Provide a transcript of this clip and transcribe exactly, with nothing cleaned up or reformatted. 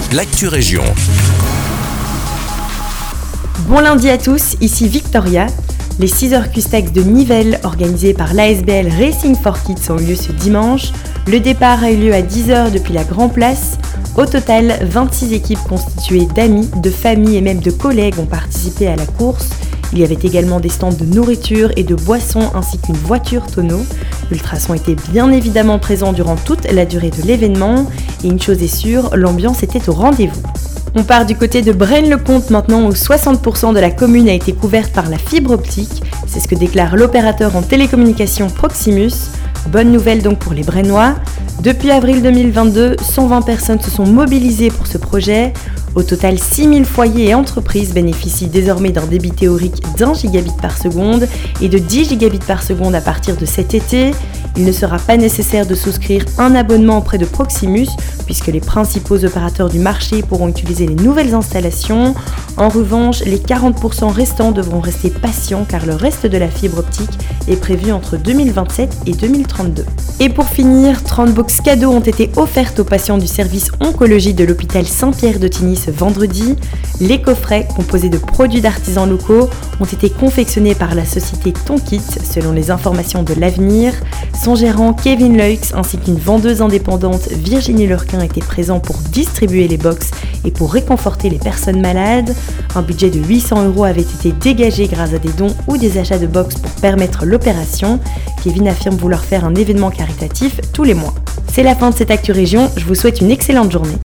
l'actu région. Bon lundi à tous, ici Victoria. Les six heures Custex de Nivelles, organisées par l'A S B L Racing for Kids, ont eu lieu ce dimanche. Le départ a eu lieu à dix heures depuis la Grand Place. Au total, vingt-six équipes constituées d'amis, de familles et même de collègues ont participé à la course. Il y avait également des stands de nourriture et de boissons ainsi qu'une voiture tonneau. Ultrason était bien évidemment présent durant toute la durée de l'événement. Et une chose est sûre, l'ambiance était au rendez-vous. On part du côté de Braine-le-Comte maintenant où soixante pour cent de la commune a été couverte par la fibre optique. C'est ce que déclare l'opérateur en télécommunications Proximus. Bonne nouvelle donc pour les Brainois. Depuis avril deux mille vingt-deux, cent vingt personnes se sont mobilisées pour ce projet. Au total, six mille foyers et entreprises bénéficient désormais d'un débit théorique d'un gigabit par seconde et de dix gigabits par seconde à partir de cet été. Il ne sera pas nécessaire de souscrire un abonnement auprès de Proximus puisque les principaux opérateurs du marché pourront utiliser les nouvelles installations. En revanche, les quarante pour cent restants devront rester patients car le reste de la fibre optique est prévu entre deux mille vingt-sept et deux mille trente-deux. Et pour finir, trente box cadeaux ont été offertes aux patients du service oncologie de l'hôpital Saint-Pierre de Tigny ce vendredi. Les coffrets, composés de produits d'artisans locaux, ont été confectionnés par la société Tonkit, selon les informations de l'Avenir. Son gérant Kevin Leux ainsi qu'une vendeuse indépendante Virginie Lurquin étaient présents pour distribuer les box et pour réconforter les personnes malades. Un budget de huit cents euros avait été dégagé grâce à des dons ou des achats de box pour permettre l'opération. Kevin affirme vouloir faire un événement caritatif tous les mois. C'est la fin de cette Actu Région, je vous souhaite une excellente journée.